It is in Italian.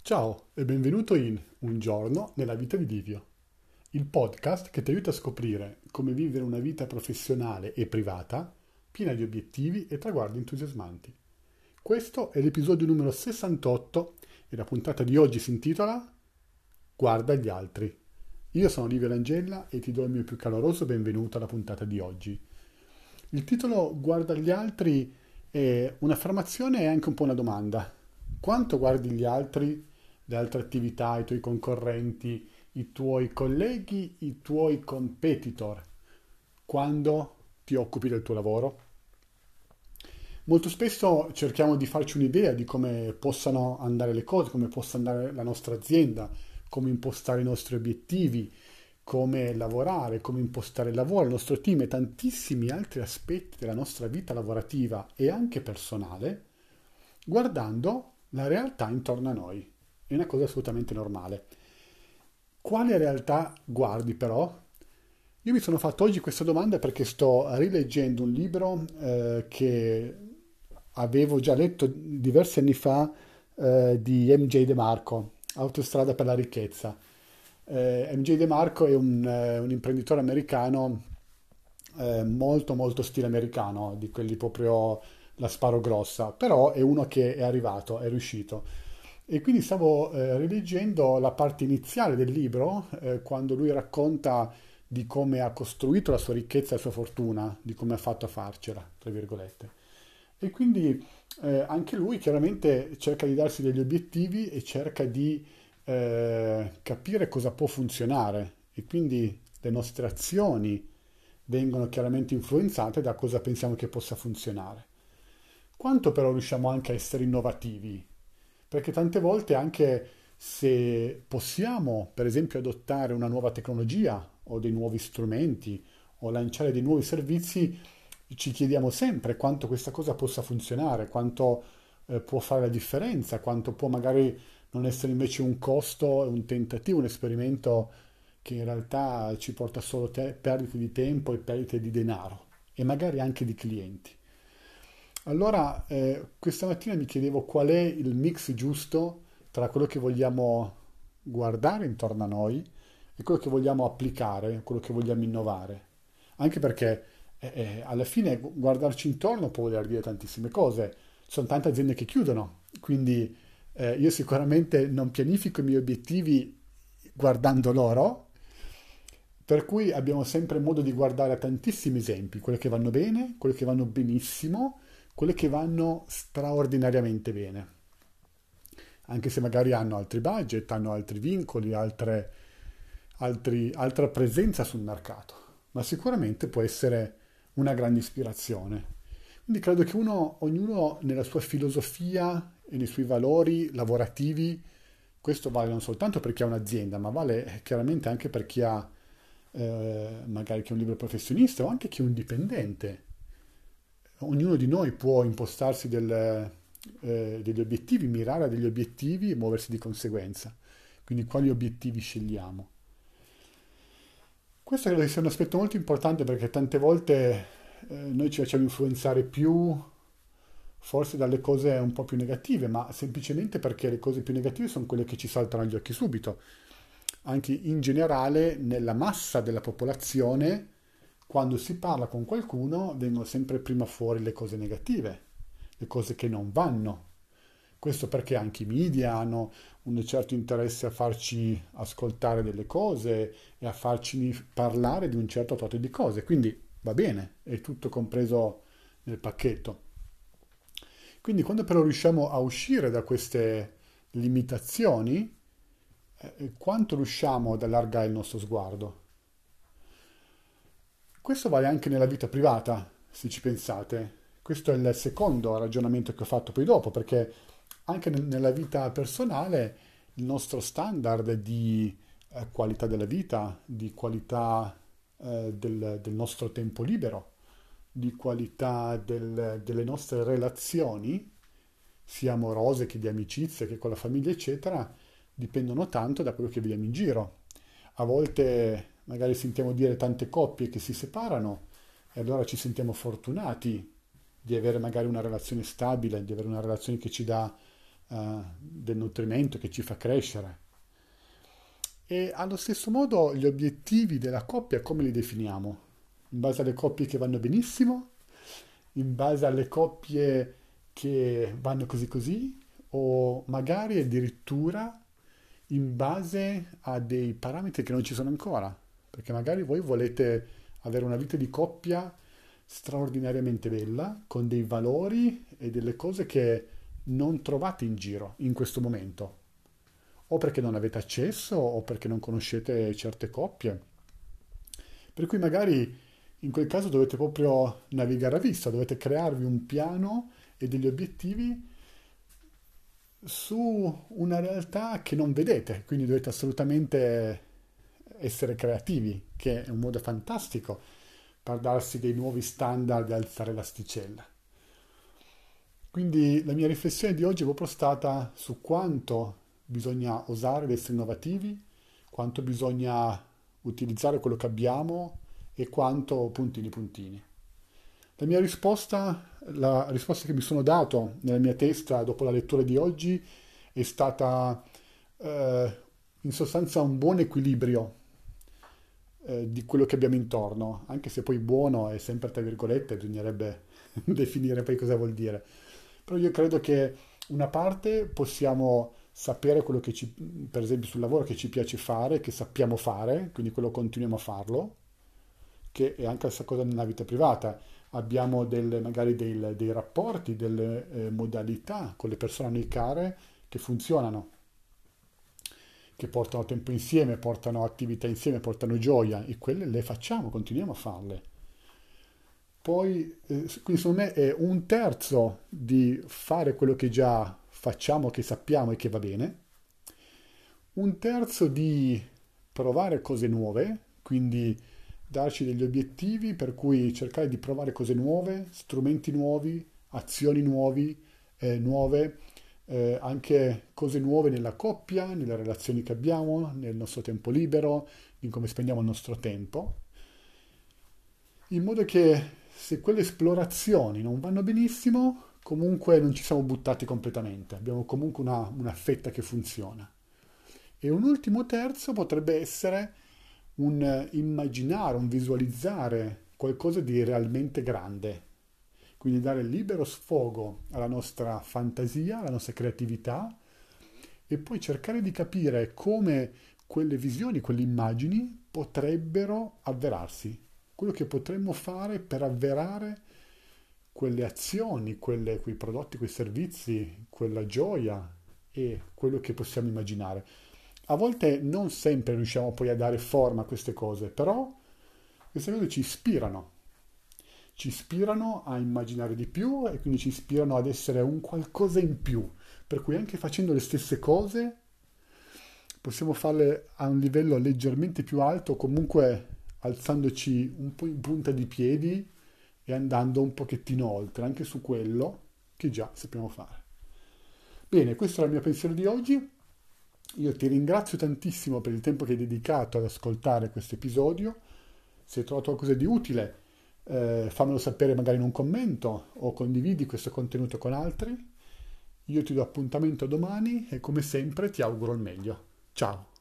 Ciao e benvenuto in Un giorno nella vita di Livio, il podcast che ti aiuta a scoprire come vivere una vita professionale e privata piena di obiettivi e traguardi entusiasmanti. Questo è l'episodio numero 68 e la puntata di oggi si intitola Guarda gli altri. Io sono Livio Langella e ti do il mio più caloroso benvenuto alla puntata di oggi. Il titolo Guarda gli altri è un'affermazione e anche un po' una domanda. Quanto guardi gli altri, le altre attività, i tuoi concorrenti, i tuoi colleghi, i tuoi competitor, quando ti occupi del tuo lavoro? Molto spesso cerchiamo di farci un'idea di come possano andare le cose, come possa andare la nostra azienda, come impostare i nostri obiettivi, come lavorare, come impostare il lavoro, il nostro team e tantissimi altri aspetti della nostra vita lavorativa e anche personale, guardando la realtà intorno a noi. È una cosa assolutamente normale. Quale realtà guardi però? Io mi sono fatto oggi questa domanda perché sto rileggendo un libro che avevo già letto diversi anni fa di MJ De Marco, Autostrada per la ricchezza. MJ De Marco è un imprenditore americano molto molto stile americano, di quelli proprio la sparo grossa, però è uno che è arrivato, è riuscito. E quindi stavo rileggendo la parte iniziale del libro, quando lui racconta di come ha costruito la sua ricchezza e la sua fortuna, di come ha fatto a farcela, tra virgolette. E quindi anche lui chiaramente cerca di darsi degli obiettivi e cerca di capire cosa può funzionare. E quindi le nostre azioni vengono chiaramente influenzate da cosa pensiamo che possa funzionare. Quanto però riusciamo anche a essere innovativi? Perché tante volte anche se possiamo, per esempio, adottare una nuova tecnologia o dei nuovi strumenti o lanciare dei nuovi servizi, ci chiediamo sempre quanto questa cosa possa funzionare, quanto può fare la differenza, quanto può magari non essere invece un costo, un tentativo, un esperimento che in realtà ci porta solo perdite di tempo e perdite di denaro e magari anche di clienti. Allora, questa mattina mi chiedevo qual è il mix giusto tra quello che vogliamo guardare intorno a noi e quello che vogliamo applicare, quello che vogliamo innovare. Anche perché alla fine guardarci intorno può voler dire tantissime cose. Ci sono tante aziende che chiudono, quindi io sicuramente non pianifico i miei obiettivi guardando loro, per cui abbiamo sempre modo di guardare a tantissimi esempi, quelle che vanno bene, quelle che vanno benissimo, quelle che vanno straordinariamente bene, anche se magari hanno altri budget, hanno altri vincoli, altra presenza sul mercato, ma sicuramente può essere una grande ispirazione. Quindi credo che ognuno nella sua filosofia e nei suoi valori lavorativi, questo vale non soltanto per chi ha un'azienda, ma vale chiaramente anche per chi ha magari chi è un libero professionista o anche chi è un dipendente. Ognuno di noi può impostarsi degli obiettivi, mirare a degli obiettivi e muoversi di conseguenza. Quindi quali obiettivi scegliamo? Questo credo che sia un aspetto molto importante perché tante volte noi ci facciamo influenzare più forse dalle cose un po' più negative, ma semplicemente perché le cose più negative sono quelle che ci saltano agli occhi subito. Anche in generale, nella massa della popolazione, quando si parla con qualcuno, vengono sempre prima fuori le cose negative, le cose che non vanno. Questo perché anche i media hanno un certo interesse a farci ascoltare delle cose e a farci parlare di un certo tot di cose. Quindi va bene, è tutto compreso nel pacchetto. Quindi quando però riusciamo a uscire da queste limitazioni, quanto riusciamo ad allargare il nostro sguardo? Questo vale anche nella vita privata, se ci pensate. Questo è il secondo ragionamento che ho fatto poi dopo, perché anche nella vita personale il nostro standard di qualità della vita, di qualità del nostro tempo libero, di qualità delle nostre relazioni, sia amorose che di amicizia, che con la famiglia, eccetera, dipendono tanto da quello che vediamo in giro. A volte magari sentiamo dire tante coppie che si separano e allora ci sentiamo fortunati di avere magari una relazione stabile, di avere una relazione che ci dà del nutrimento che ci fa crescere. E allo stesso modo gli obiettivi della coppia come li definiamo? In base alle coppie che vanno benissimo? In base alle coppie che vanno così così? O magari addirittura in base a dei parametri che non ci sono ancora? Perché magari voi volete avere una vita di coppia straordinariamente bella, con dei valori e delle cose che non trovate in giro in questo momento, o perché non avete accesso o perché non conoscete certe coppie. Per cui magari in quel caso dovete proprio navigare a vista, dovete crearvi un piano e degli obiettivi su una realtà che non vedete, quindi dovete assolutamente essere creativi, che è un modo fantastico per darsi dei nuovi standard e alzare l'asticella. Quindi la mia riflessione di oggi è proprio stata su quanto bisogna osare ed essere innovativi, quanto bisogna utilizzare quello che abbiamo e quanto puntini puntini. La risposta che mi sono dato nella mia testa dopo la lettura di oggi è stata in sostanza un buon equilibrio di quello che abbiamo intorno, anche se poi buono è sempre tra virgolette, bisognerebbe definire poi cosa vuol dire. Però io credo che una parte possiamo sapere quello che ci, per esempio sul lavoro che ci piace fare, che sappiamo fare, quindi quello continuiamo a farlo, che è anche la stessa cosa nella vita privata. Abbiamo magari dei rapporti, delle modalità con le persone a noi care che funzionano, che portano tempo insieme, portano attività insieme, portano gioia e quelle le facciamo, continuiamo a farle. Poi, quindi secondo me è un terzo di fare quello che già facciamo, che sappiamo e che va bene, un terzo di provare cose nuove, quindi darci degli obiettivi per cui cercare di provare cose nuove, strumenti nuovi, azioni nuove, anche cose nuove nella coppia, nelle relazioni che abbiamo, nel nostro tempo libero, in come spendiamo il nostro tempo, in modo che se quelle esplorazioni non vanno benissimo, comunque non ci siamo buttati completamente, abbiamo comunque una fetta che funziona. E un ultimo terzo potrebbe essere un immaginare, un visualizzare qualcosa di realmente grande, quindi dare libero sfogo alla nostra fantasia, alla nostra creatività e poi cercare di capire come quelle visioni, quelle immagini potrebbero avverarsi, quello che potremmo fare per avverare quelle azioni, quei prodotti, quei servizi, quella gioia e quello che possiamo immaginare. A volte non sempre riusciamo poi a dare forma a queste cose, però queste cose ci ispirano a immaginare di più e quindi ci ispirano ad essere un qualcosa in più, per cui anche facendo le stesse cose possiamo farle a un livello leggermente più alto, comunque alzandoci un po' in punta di piedi e andando un pochettino oltre, anche su quello che già sappiamo fare. Bene, questo era il mio pensiero di oggi. Io ti ringrazio tantissimo per il tempo che hai dedicato ad ascoltare questo episodio. Se hai trovato qualcosa di utile, fammelo sapere magari in un commento o condividi questo contenuto con altri. Io ti do appuntamento domani e come sempre ti auguro il meglio. Ciao!